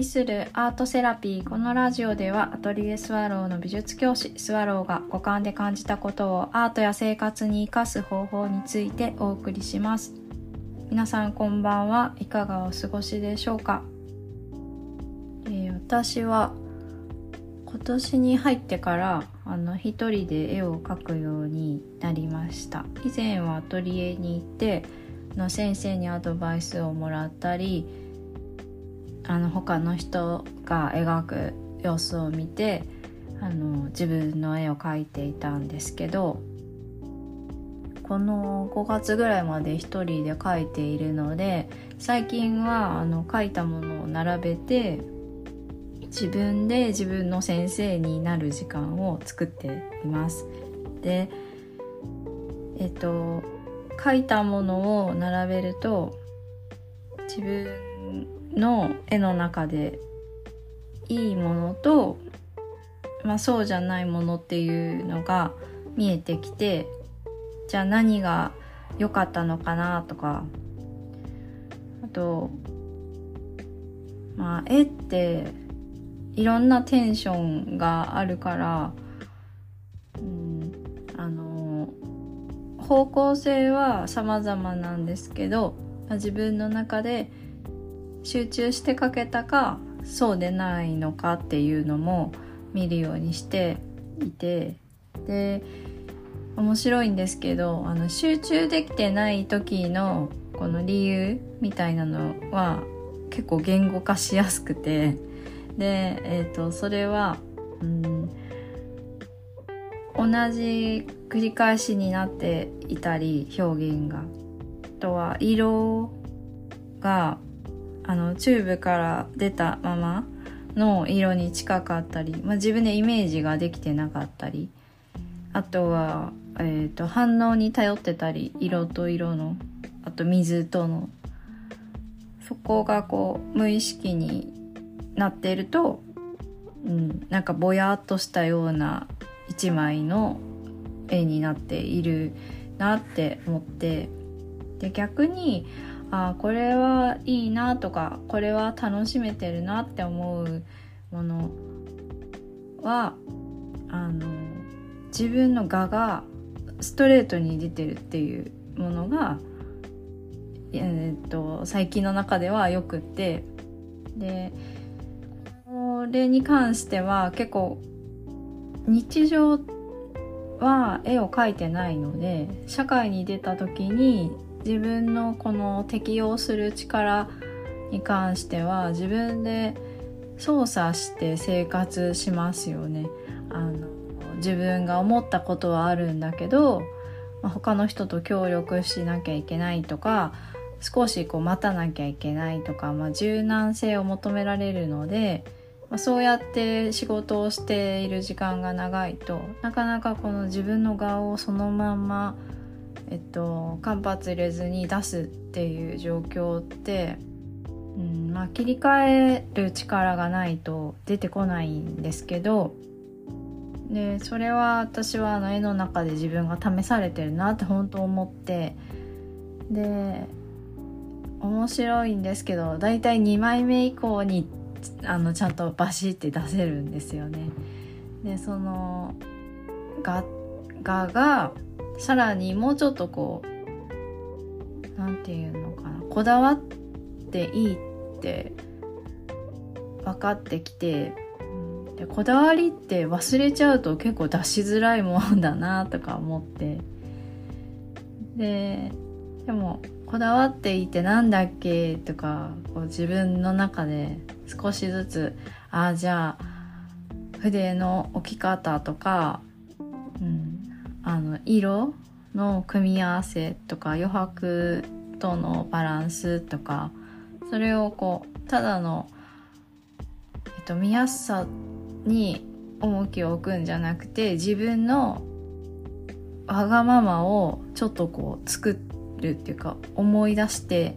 愛するアートセラピー。このラジオではアトリエスワローの美術教師スワローが五感で感じたことをアートや生活に生かす方法についてお送りします。皆さんこんばんは。いかがお過ごしでしょうか。私は今年に入ってから一人で絵を描くようになりました。以前はアトリエに行って先生にアドバイスをもらったり、他の人が描く様子を見て自分の絵を描いていたんですけど、この5月ぐらいまで一人で描いているので、最近は描いたものを並べて自分で自分の先生になる時間を作っています。で、描いたものを並べると自分の絵の中でいいものと、そうじゃないものっていうのが見えてきて、じゃあ何が良かったのかなとか、あと絵っていろんなテンションがあるから、方向性は様々なんですけど、自分の中で集中して描けたかそうでないのかっていうのも見るようにしていて、で面白いんですけど、集中できてない時のこの理由みたいなのは結構言語化しやすくて、で、それは、同じ繰り返しになっていたり、表現が、あとは色がチューブから出たままの色に近かったり、自分でイメージができてなかったり、あとは、反応に頼ってたり、色と色の、あと水との、そこが無意識になっていると、なんかぼやっとしたような一枚の絵になっているなって思って、で逆にこれはいいなとか、これは楽しめてるなって思うものは自分の画がストレートに出てるっていうものが、最近の中ではよくって、でこれに関しては結構日常は絵を描いてないので、社会に出た時に自分のこの適応する力に関しては自分で操作して生活しますよね。自分が思ったことはあるんだけど、他の人と協力しなきゃいけないとか、少し待たなきゃいけないとか、柔軟性を求められるので、そうやって仕事をしている時間が長いと、なかなかこの自分の顔をそのまんま、間髪入れずに出すっていう状況って、切り替える力がないと出てこないんですけど、でそれは私は絵の中で自分が試されてるなって本当思って、で面白いんですけど、だいたい2枚目以降にちゃんとバシって出せるんですよね。でその画がさらにもうちょっとなんていうのかな、こだわっていいって分かってきて、でこだわりって忘れちゃうと結構出しづらいもんだなとか思って、でもこだわっていてなんだっけとか自分の中で少しずつじゃあ筆の置き方とか、色の組み合わせとか余白とのバランスとか、それをただの、見やすさに重きを置くんじゃなくて、自分のわがままをちょっと作るっていうか、思い出して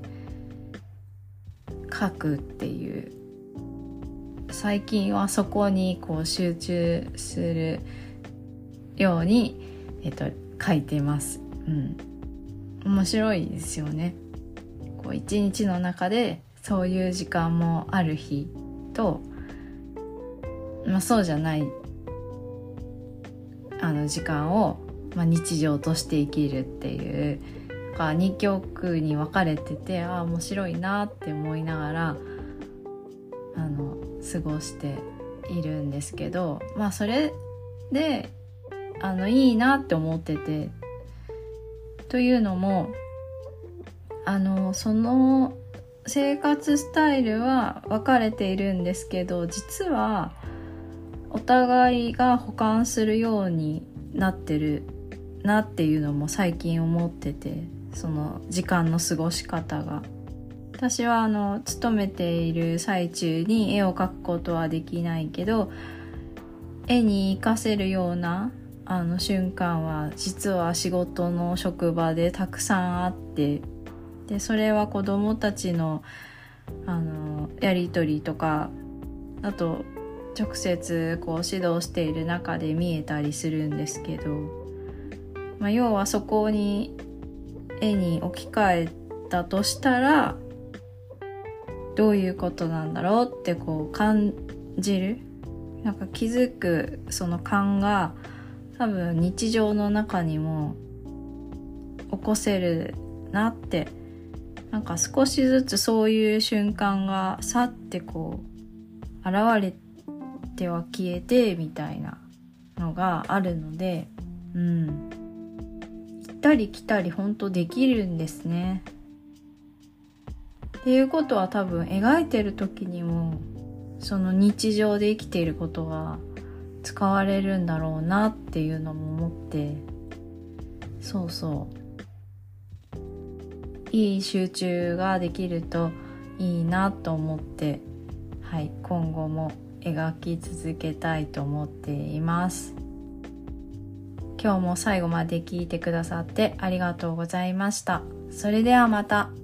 書くっていう、最近はそこに集中するように、書いています。面白いですよね。一日の中でそういう時間もある日と、そうじゃない時間を、日常として生きるっていう2極に分かれてて、面白いなって思いながら過ごしているんですけど、それでいいなって思ってて、というのもその生活スタイルは分かれているんですけど、実はお互いが補完するようになってるなっていうのも最近思ってて、その時間の過ごし方が、私は勤めている最中に絵を描くことはできないけど、絵に活かせるような瞬間は実は仕事の職場でたくさんあって、でそれは子どもたちのやり取りとか、あと直接こう指導している中で見えたりするんですけど、要はそこに絵に置き換えたとしたらどういうことなんだろうってこう感じる、気づくその感が多分日常の中にも起こせるなって、少しずつそういう瞬間がさってこう現れては消えてみたいなのがあるので、行ったり来たり本当できるんですね。っていうことは多分描いてる時にもその日常で生きていることが使われるんだろうなっていうのも思って、いい集中ができるといいなと思って、今後も描き続けたいと思っています。今日も最後まで聞いてくださってありがとうございました。それではまた。